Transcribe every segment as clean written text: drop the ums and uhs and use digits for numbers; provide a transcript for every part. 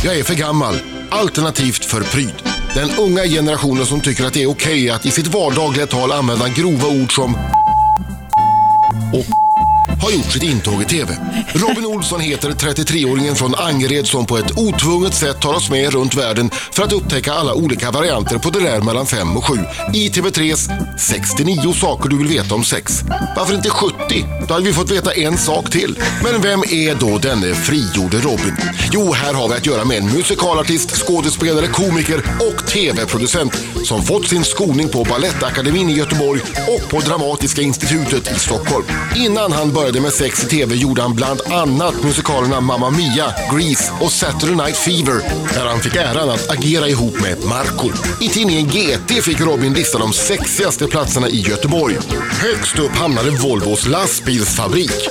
Jag är för gammal, alternativt för pryd. Den unga generationen som tycker att det är okej att i sitt vardagliga tal använda grova ord som och har gjort sitt intåg i tv. Robin Olsson heter 33-åringen från Angered som på ett otvunget sätt tar oss med runt världen för att upptäcka alla olika varianter på det där mellan 5 och 7. I TV3s 69 saker du vill veta om sex. Varför inte 70? Då hade vi fått veta en sak till. Men vem är då denne frigjorde Robin? Jo, här har vi att göra med en musikalartist, skådespelare, komiker och tv-producent som fått sin skolning på Balettakademin i Göteborg och på Dramatiska institutet i Stockholm. Innan han började med sex i tv gjorde han bland annat musikalerna Mamma Mia, Grease och Saturday Night Fever, där han fick äran att agera ihop med Marco. I tidningen GT fick Robin lista de sexigaste platserna i Göteborg. Högst upp hamnade Volvos lastbilsfabrik.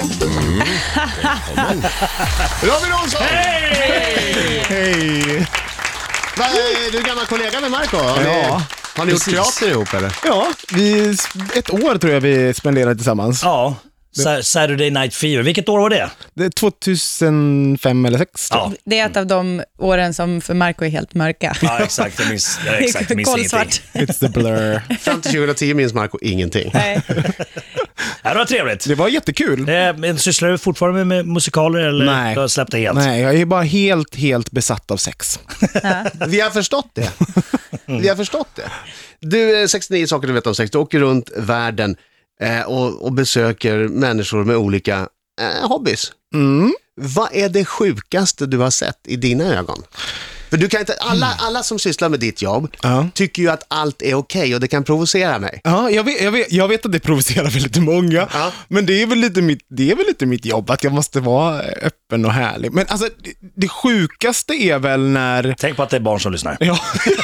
Robin Olsson! Hej! Hej! Är du gammal kollega med Marco? Ja. Har ni gjort teater ihop eller? Ja, ett år tror jag vi spenderade tillsammans. Ja, Saturday Night Fever. Vilket år var det? Det är 2005 eller 2006. Ja. Det är ett av de åren som för Marco är helt mörka. Ja, exakt. Jag minns ingenting. Kolsvart. It's the blur. Fram till 2010 minns Marco ingenting. Nej. Ja, det var trevligt. Det var jättekul. Men sysslar du fortfarande med musikaler eller Nej. du har släppt det helt? Nej, jag är bara helt besatt av sex. Vi har förstått det. Vi har förstått det. Du, 69 saker du vet om sex. Du åker runt världen och besöker människor med olika hobbys. Vad är det sjukaste du har sett i dina ögon? För du kan inte, alla som sysslar med ditt jobb tycker ju att allt är okej och det kan provocera mig. Ja, jag vet att det provocerar väldigt många. Ja. Men det är väl lite mitt jobb att jag måste vara öppen och härlig. Men alltså, det sjukaste är väl när... Tänk på att det är barn som lyssnar. Ja,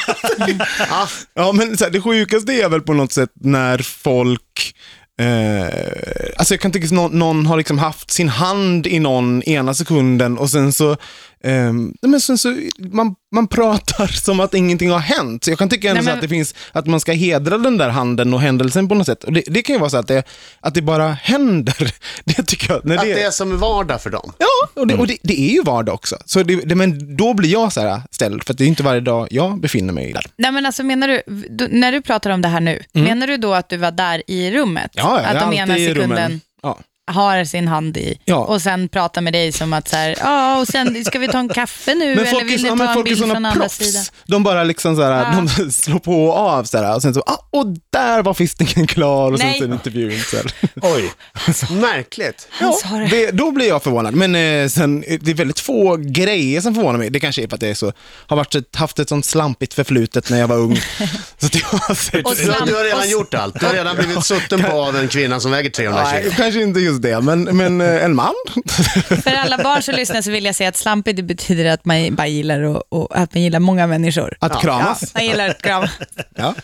ja men så här, det sjukaste är väl på något sätt när folk... alltså jag kan tycka att någon har liksom haft sin hand i någon ena sekunden och sen så men sen så man pratar som att ingenting har hänt. Så jag kan tycka ändå att det finns att man ska hedra den där handen och händelsen på något sätt. Och det kan ju vara så att det bara händer. Det tycker jag. Att det är som vardag för dem. Ja, och det är ju vardag också. Så men då blir jag så här ställd för att det är inte varje dag jag befinner mig där. Nej, men alltså menar du när du pratar om det här nu, menar du då att du var där i rummet? Ja, att de ena sekunden har sin hand i och sen pratar med dig som att så här, och sen ska vi ta en kaffe nu men eller vill ni ta en bild från andra sidan? De bara liksom så här, de slår på och av så här, och sen så och där var fistingen klar och sen så en intervju så här. Oj. Märkligt. Då blir jag förvånad. Men sen det är väldigt få grejer som förvånar mig. Det kanske är för att det har haft ett sånt slampigt förflutet när jag var ung. Så det var du har redan gjort allt. Du har redan blivit sutten på av en kvinna som väger 300 kilo. Nej, kanske inte just det, men en man. För alla barn som lyssnar så vill jag säga att slampigt det betyder att man bara gillar och att man gillar många människor. Att kramas. Ja, man gillar att kramas. Ja.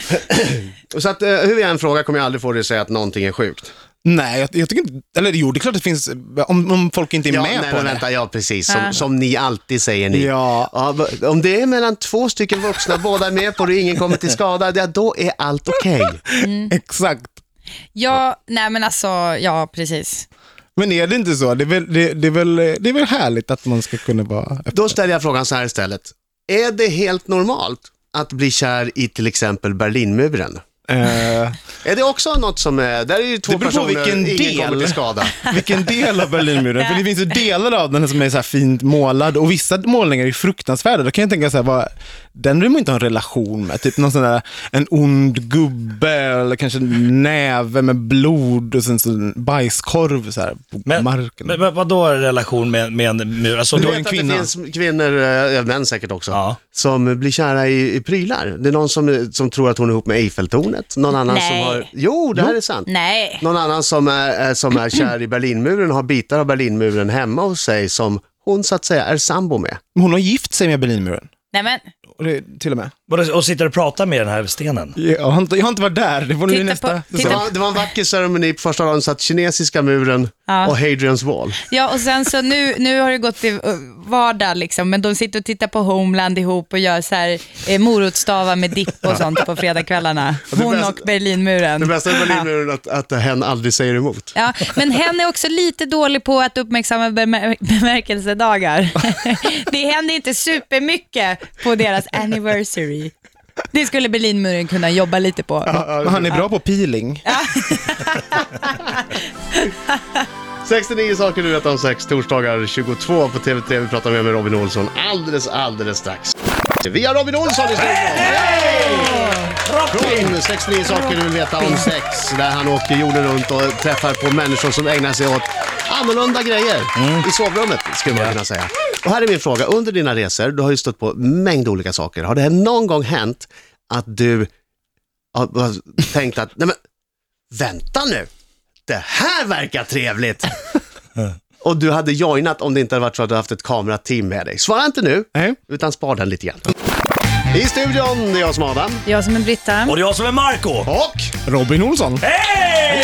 Så att hur jag än frågar kommer jag aldrig få dig att säga att någonting är sjukt. Nej, jag tycker inte, eller jo, det är klart att det finns, om folk inte är med på det. Vänta, ja precis, som ni alltid säger ni. Ja. Om det är mellan 2 stycken vuxna, båda är med på det, ingen kommer till skada, då är allt okej. Exakt. Ja, nej men alltså, ja precis. Men är det inte så? Det är väl härligt att man ska kunna vara öppen. Då ställer jag frågan så här istället. Är det helt normalt att bli kär i till exempel Berlinmuren? Är det också något som är... Där är ju 2 personer, ingen kommer till skada. Vilken del av Berlinmuren? För det finns ju delar av den som är så här fint målad och vissa målningar är fruktansvärda. Då kan jag tänka så här, den vill man inte ha en relation med. Typ någon sån där, en ond gubbe eller kanske en näve med blod och sen så en bajskorv så här på marken. Men vad är relation med en mur? Alltså, du vet en kvinna. Att det finns kvinnor, män säkert också, som blir kära i prylar. Det är någon som tror att hon är ihop med Eiffeltornet. Någon annan som har... Jo, det här är sant. Nej. Någon annan som är kär i Berlinmuren och har bitar av Berlinmuren hemma hos sig som hon så att säga är sambo med. Hon har gift sig med Berlinmuren. Nämen. Till och med. Och sitter och pratar med den här stenen. Jag har inte varit där, det var nu nästa. Det var en vacker ceremoni på första dagen, så att kinesiska muren och Hadrian's Wall. Ja, och sen så nu har det gått till vardag liksom, men de sitter och tittar på Homeland ihop och gör så här morotstavar med dipp och sånt på fredagskvällarna. Hon och Berlinmuren. Det bästa med Berlinmuren är att hen aldrig säger emot. Ja, men hen är också lite dålig på att uppmärksamma bemärkelsedagar. Det händer inte supermycket på deras anniversary. Det skulle Berlinmuren kunna jobba lite på. Men han är bra på peeling. 69 saker du vet om sex, torsdagar 22 på TV3. Vi pratar med Robin Olsson alldeles strax. Vi har Robin Olsson i studion. 69 saker du vill veta om sex, där han åker jorden runt och träffar på människor som ägnar sig åt annorlunda grejer i sovrummet, skulle man kunna säga. Och här är min fråga, under dina resor, du har ju stött på mängd olika saker. Har det någon gång hänt att du har tänkt att, nej men, vänta nu, det här verkar trevligt. Och du hade joinat om det inte hade varit så att du haft ett kamerateam med dig. Svara inte nu, utan spara den lite grann. I studion, det är jag som Adam. Jag som är Britta. Och det är jag som är Marco. Och Robin Olsson. Hej!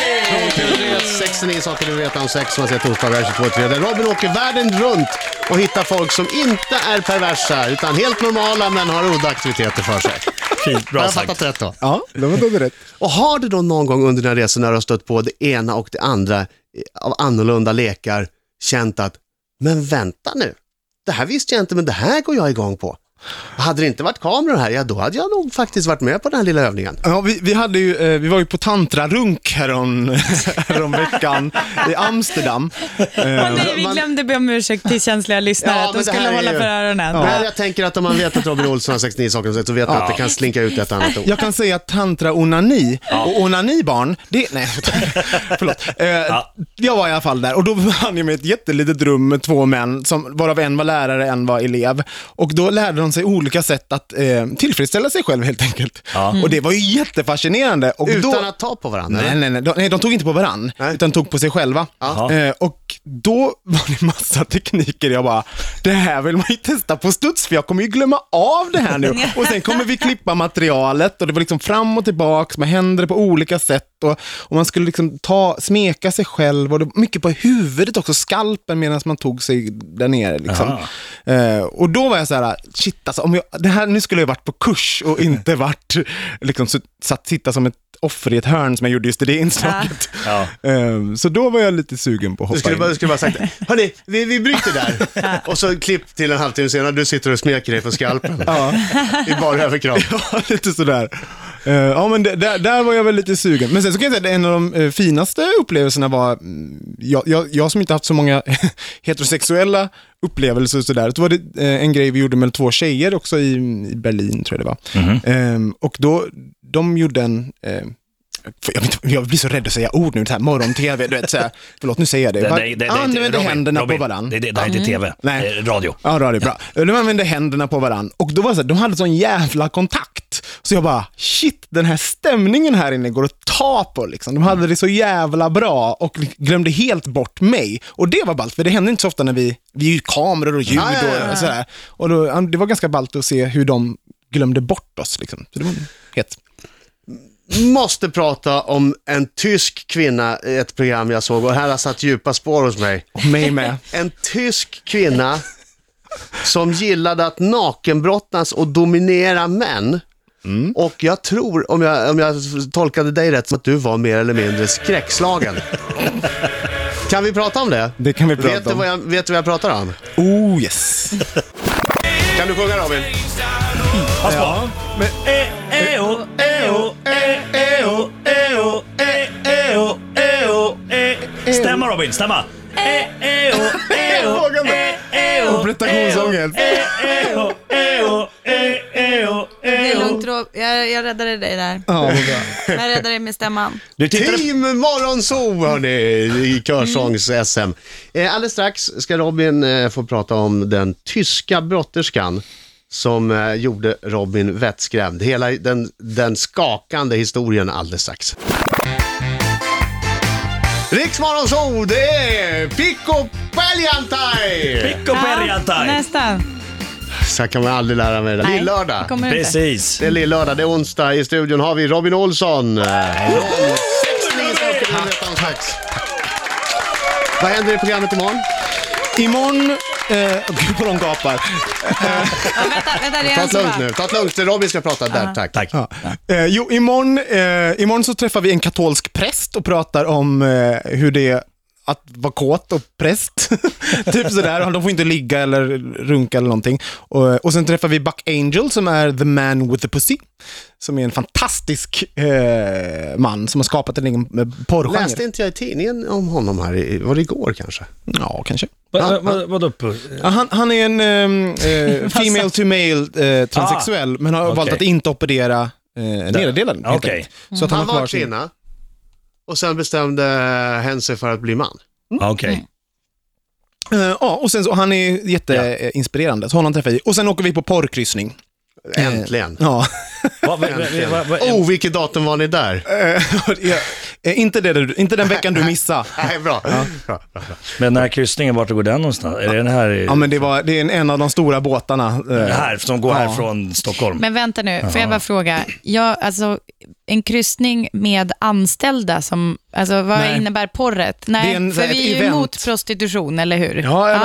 69 saker du vet om sex, som man ser torsdagar 22:03. Där Robin åker världen runt och hittar folk som inte är perversa, utan helt normala men har udda aktiviteter för sig. Fint, bra har jag sagt. fattat rätt då? Ja, det var rätt. Och har du då någon gång under dina resor, när du har stött på det ena och det andra av annorlunda lekar, känt att, men vänta nu, det här visste jag inte, men det här går jag igång på. Hade det inte varit kameror här, ja då hade jag nog faktiskt varit med på den här lilla övningen. Ja, vi var ju på tantrarunk härom veckan i Amsterdam. Nej, vi glömde be om ursäkt till känsliga lyssnare att de skulle hålla för öronen. Ja. Jag tänker att om man vet att Robin Olsson har 69 saker så vet man att det kan slinka ut ett annat ord. Jag kan säga att tantra-onani och onanibarn, förlåt. Jag var i alla fall där och då var jag med ett jättelitet rum med 2 män, varav en var lärare, en var elev. Och då lärde de sig olika sätt att tillfredsställa sig själv helt enkelt. Och det var ju jättefascinerande. Och utan att ta på varandra? Nej, de tog inte på varandra, utan tog på sig själva. Och då var det massa tekniker. Jag bara, det här vill man ju testa på studs, för jag kommer ju glömma av det här nu. Och sen kommer vi klippa materialet och det var liksom fram och tillbaks med händer på olika sätt. Och man skulle liksom smeka sig själv och det var mycket på huvudet också, skalpen medan man tog sig där nere liksom. Och då var jag så här, shit alltså, nu skulle jag varit på kurs och inte varit liksom sitta som ett offer i ett hörn som jag gjorde just i det inslaget. Så då var jag lite sugen på att hoppa in. Du skulle bara sagt, hörni, vi bryter där. Och så klipp till en halvtimme senare, du sitter och smeker dig på skalpen. I bara överkropp. Ja, lite sådär. Ja, men där var jag väl lite sugen. Men sen så kan jag säga att en av de finaste upplevelserna var, jag som inte haft så många heterosexuella upplevelser och sådär. Då var det en grej vi gjorde med 2 tjejer också i Berlin, tror jag det var. Och då, de gjorde en... Jag blir så rädd att säga ord nu, det här morgon-tv, du vet, så här, förlåt, nu säger jag det. Använde händerna Robin, på varann. Det är inte tv, nej. Radio. Ja, radio, bra. De använde händerna på varann. Och då var det så här, de hade sån jävla kontakt. Så jag bara, shit, den här stämningen här inne går att ta på liksom. De hade det så jävla bra och glömde helt bort mig. Och det var ballt, för det hände inte så ofta när vi är ju kameror och ljud och sådär. Och då, det var ganska ballt att se hur de glömde bort oss liksom. Så det var helt... Måste prata om en tysk kvinna i ett program jag såg, och här har satt djupa spår hos mig. Och mig med. En tysk kvinna som gillade att nakenbrottas och dominera män. Och jag tror, om jag tolkade dig rätt, att du var mer eller mindre skräckslagen. Kan vi prata om det? Det kan vi prata om. Vet du vad jag pratar om? Oh yes. Kan du sjunga, Robin? Ja. Men... Stämma, Robin, stämma. Prestationsångest. Det är lugnt, jag räddade dig där. Jag räddade dig med stämman. Team Morgonzoo, hörni, i körsångs-SM. Alldeles strax ska Robin få prata om den tyska brotterskan som gjorde Robin vettskrämd. Hela den skakande historien alldeles strax. Riksmorgonzoo, det är Picco Perjantai! Picco Perjantai! Nästan. Så här kan man aldrig lära mig det. Nej, Lill-lördag. det kommer du inte. Precis. Det är lill-lördag, det är onsdag. I studion har vi Robin Olsson. Vad händer i programmet imorgon? Imorgon... Gud vad de gapar. Vänta, det är Ta en det som lugnt nu. Ta det lugnt. Robin ska prata där, tack. Tack. Ja. Imorgon så träffar vi en katolsk präst och pratar om hur det är att vara kåt och präst. Typ sådär. De får inte ligga eller runka eller någonting. Och sen träffar vi Buck Angel som är the man with the pussy. Som är en fantastisk man som har skapat en egen porrgenre. Läste inte jag i tidningen om honom här? Var det igår kanske? Ja, kanske. Vadå? Ja, han är en female to male transsexuell men har valt att inte operera nederdelen. helt Okej. enkelt. Så att Han har var kvar sin... kvinna och sen bestämde hen sig för att bli man. Okej. Ja, och sen så han är jätteinspirerande. Så honom träffar vi. Och sen åker vi på porrkryssning. Äntligen. Ja. Vilket datum var ni där? Inte den veckan du missade. Nej, bra. Bra. Men när kryssningen, vart går den någonstans? Är det den här? Ja, men det är en av de stora båtarna. Här, som går här från Stockholm. Men vänta nu, får jag bara fråga. Alltså, en kryssning med anställda som, alltså vad Nej. innebär porret? Nej, Det är för ett vi är ju event. emot prostitution, eller hur?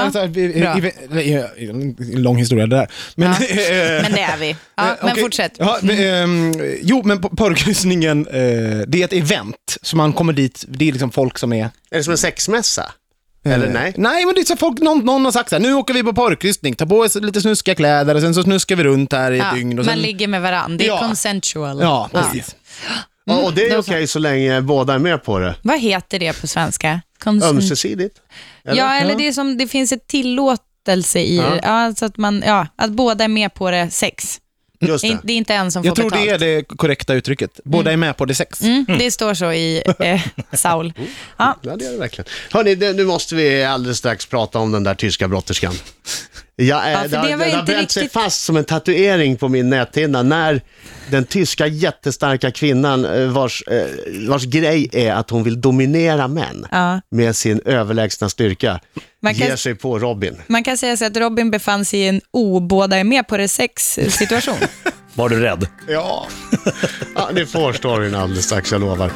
En lång historia det där. Men, Men det är vi. Ja, men okej. fortsätt. Ja, men porrkryssningen, det är ett event. Så man kommer dit, det är liksom folk som är... Är det som en sexmässa? Eller nej? Nej, men det är så folk, någon har sagt så här, nu åker vi på porrkryssning, ta på oss lite snuskiga kläder och sen så snuskar vi runt här i ett dygn. Och sen... Man ligger med varandra, det är Ja. consensual. Ja, precis. Och det är då okej så länge båda är med på det. Vad heter det på svenska? Ömsesidigt? Ja, eller det är som, det finns ett tillåtelse i det. Ja, så att att båda är med på det sex. Just det. Det är inte en som Jag får tror betalt. det är det korrekta uttrycket. Båda är med på det sex. Det står så i Saul. Ja. Ja, det är det verkligen. Hörrni, nu måste vi alldeles strax prata om den där tyska brotterskan. för Det det har var inte bränt sig riktigt- fast som en tatuering på min näthinna när den tyska jättestarka kvinnan vars grej är att hon vill dominera män med sin överlägsna styrka Man kan- ger sig på Robin. Man kan säga så att Robin befann sig i en båda är med på det sex-situation. Var du rädd? Ja, ni får storyn alldeles strax, jag lovar.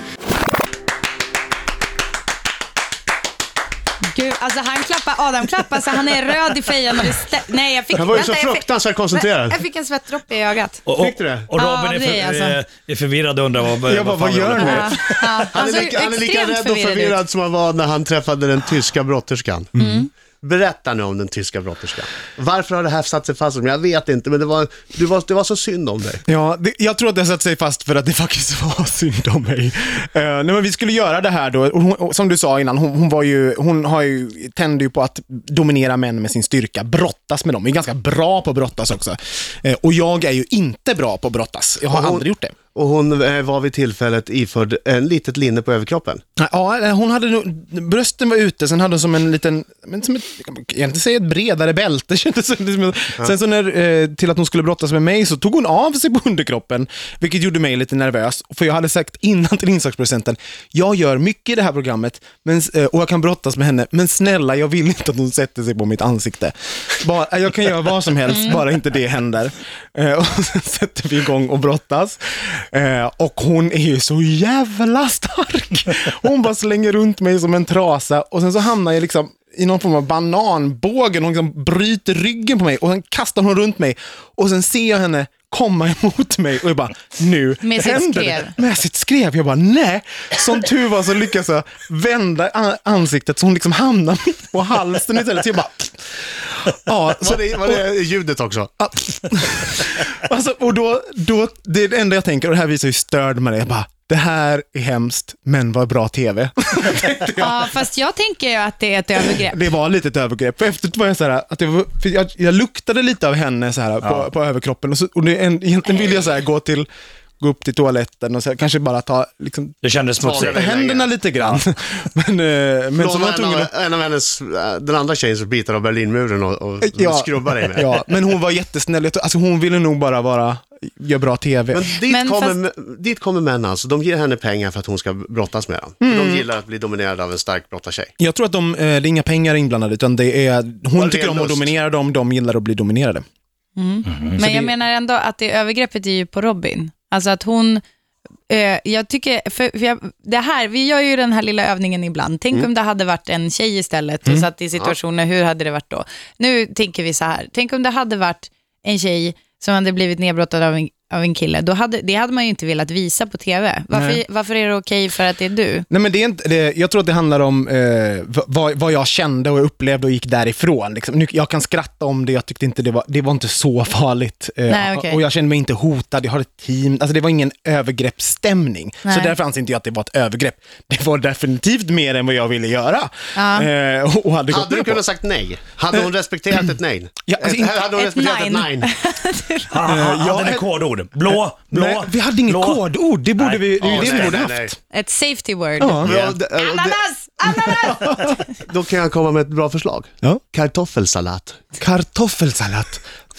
Gud, alltså Adam klappar så han är röd i fejan. Nej, jag fick... Han var ju så vänta, jag fick- fruktansvärt koncentrerad. Jag fick en svettdroppe i ögat. Fick du det? Och Robin Ja, det är alltså. är förvirrad och undrar vad vad gör fan ni? håller på. Ja, Han såg är lika extremt rädd och förvirrad som han var när han träffade den tyska brotterskan. Berätta nu om den tyska brotterskan. Varför har det här satt sig fast? Jag vet inte, men det var så synd om dig. Ja, jag tror att det har satt sig fast för att det faktiskt var synd om mig. Nej, men vi skulle göra det här då, och som du sa innan, hon tände ju på att dominera män med sin styrka, brottas med dem. Hon är ganska bra på att brottas också. Och jag är ju inte bra på att brottas. Jag har aldrig gjort det. Och hon var vid tillfället iförd en litet linne på överkroppen. Ja, hon hade nog, brösten var ute, sen hade hon som en liten, men som jag kan inte säga ett bredare bälte. Sen så när, till att hon skulle brottas med mig så tog hon av sig på underkroppen, vilket gjorde mig lite nervös. För jag hade sagt innan till insatsprocenten, jag gör mycket i det här programmet och jag kan brottas med henne, men snälla, jag vill inte att hon sätter sig på mitt ansikte. Jag kan göra vad som helst, bara inte det händer. Och sen sätter vi igång och brottas. Och hon är ju så jävla stark. Hon bara slänger runt mig som en trasa. Och sen så hamnar jag liksom i någon form av bananbågen. Hon liksom bryter ryggen på mig. Och sen kastar hon runt mig. Och sen ser jag henne komma emot mig. Och jag bara, nu Med sitt händer skrev. det. Med sitt skrev. Jag bara, nej. Som tur var så lyckas jag vända ansiktet. Så hon liksom hamnar mitt på halsen istället. Så jag bara... Ja, Var det ljudet också? Alltså, och då, det är det enda jag tänker, och det här visar ju störd med det. Jag bara, det här är hemskt, men vad bra tv. Ja, fast jag tänker ju att det är ett övergrepp. Det var lite ett övergrepp. För efteråt var jag så här, att jag luktade lite av henne så här på överkroppen. Och egentligen ville jag så här gå upp till toaletten och så här, kanske bara ta liksom, Det kändes smutsigt. händerna lite grann. Men så var jag tvungen att... en av hennes, den andra tjejen som bitar av Berlinmuren och skrubbar dig med. Ja, men hon var jättesnäll. Alltså hon ville nog bara göra bra tv. Men dit kommer män alltså. De ger henne pengar för att hon ska brottas med dem. De gillar att bli dominerade av en stark brottartjej. Jag tror att det är inga pengar inblandade, utan det är, hon tycker om att lust. dominera dem, de gillar att bli dominerade. Men jag menar ändå att det övergreppet är ju på Robin. Alltså att hon... jag tycker, det här, vi gör ju den här lilla övningen ibland. Tänk om det hade varit en tjej istället och satt i situationer, hur hade det varit då? Nu tänker vi så här, tänk om det hade varit en tjej som hade blivit nedbrottad av en kille, det hade man ju inte velat visa på tv. Varför är det okej för att det är du? Nej, men det är inte, jag tror att det handlar om vad jag kände och upplevde och gick därifrån. Liksom. Jag kan skratta om det, jag tyckte inte det var inte så farligt. Nej, okay. Och jag kände mig inte hotad, jag har ett team. Alltså det var ingen övergreppsstämning. Nej. Så därför anser inte jag att det var ett övergrepp. Det var definitivt mer än vad jag ville göra. Och hade du kunnat sagt nej? Hade hon respekterat ett nej? Ja, alltså hade hon respekterat ett nej? Hade ni kodord? Blå. Nej, vi hade inget kodord. Det borde vi borde haft. Ett safety word. Ja. Ananas! Då kan jag komma med ett bra förslag. Ja. Kartoffelsalat. Kartoffelsalat.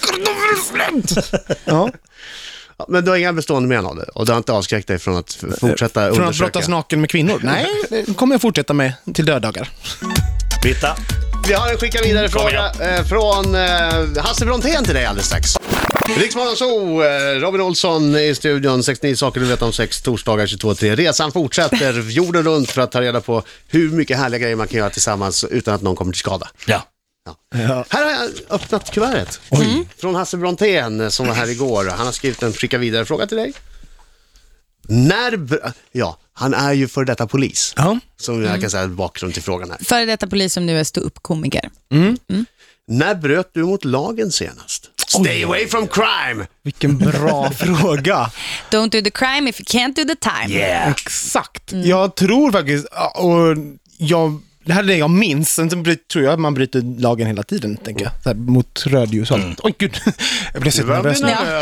Ja. Ja, men du har inga bestående men av det. Och du har inte avskräckt dig från att fortsätta Från att undersöka. brottas naken med kvinnor? Nej, det kommer jag fortsätta med till döddagar. Britta. Vi har en skicka vidare fråga från Hasse Brontén till dig alldeles strax. Riksmorgon så, Robin Olsson i studion, 69 saker du vet om sex, torsdagar 22:03. Resan fortsätter jorden runt för att ta reda på hur mycket härliga grejer man kan göra tillsammans utan att någon kommer till skada. Ja. Här har jag öppnat kuvertet från Hasse Brontén som var här igår. Han har skrivit en skicka vidare fråga till dig. Han är ju för detta polis. Som jag kan säga bakgrund till frågan här. Före detta polis som nu är stå-upp-komiker. När bröt du mot lagen senast? Stay away from crime! Vilken bra fråga. Don't do the crime if you can't do the time. Yeah. Exakt. Jag tror faktiskt, och det här är det jag minns. Sen tror jag att man bryter lagen hela tiden, tänker jag. Så här, mot rödljus och allt. Oj, gud. Jag blev så nervös nu. Han är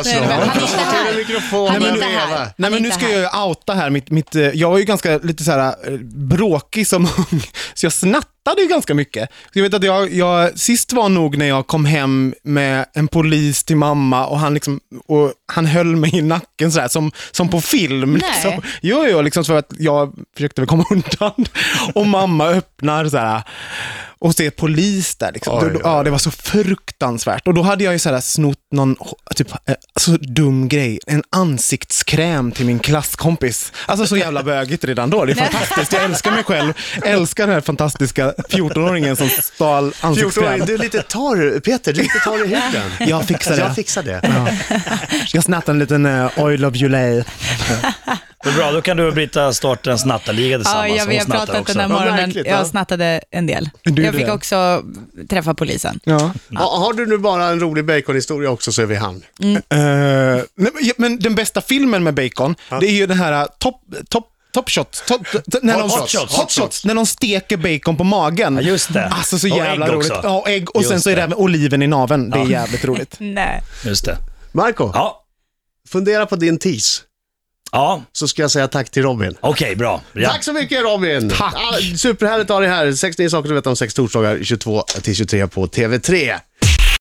inte här. Nej, men nu ska jag outa här. Jag var ju ganska lite så här bråkig som ung. Så jag snattade ju ganska mycket. Jag vet att jag sist var nog när jag kom hem med en polis till mamma och han höll mig i nacken så här, som på film. Liksom. Jo, liksom för att jag försökte väl komma undan. Och mamma öppnar så här och ser polis där liksom. Det var så fruktansvärt. Och då hade jag ju så här snott någon typ så dum grej, en ansiktskräm till min klasskompis. Alltså så jävla bögigt redan då. Det är fantastiskt. Jag älskar mig själv. Älskar den här fantastiska 14-åringen som stal ansiktskräm. 14-åring, du är lite torr, Peter, lite torr i huden. Jag fixar det. Ja. Jag snattade en liten Oil of Julay. Det är bra, då kan du och Britta starta en snattarliga tillsammans. Ja, vi har pratat den här morgonen. Jag snattade en del. Jag fick också träffa polisen. Ja. Har du nu bara en rolig baconhistoria också så är vi han. Men den bästa filmen med bacon, det är ju den här Top Shots. Hot shots. När de steker bacon på magen. Ja, just det. Alltså så och jävla ägg roligt. också. Ja, och ägg. Och sen så är det även oliven i naveln. Det är jävligt roligt. Nej. Just det. Marco, fundera på din tease. Ja. Så ska jag säga tack till Robin. Okej, bra. Ja. Tack så mycket Robin. Tack. Superhärligt att ha dig här. 69 saker du vet om sex, torsdagar 22-23 på TV3.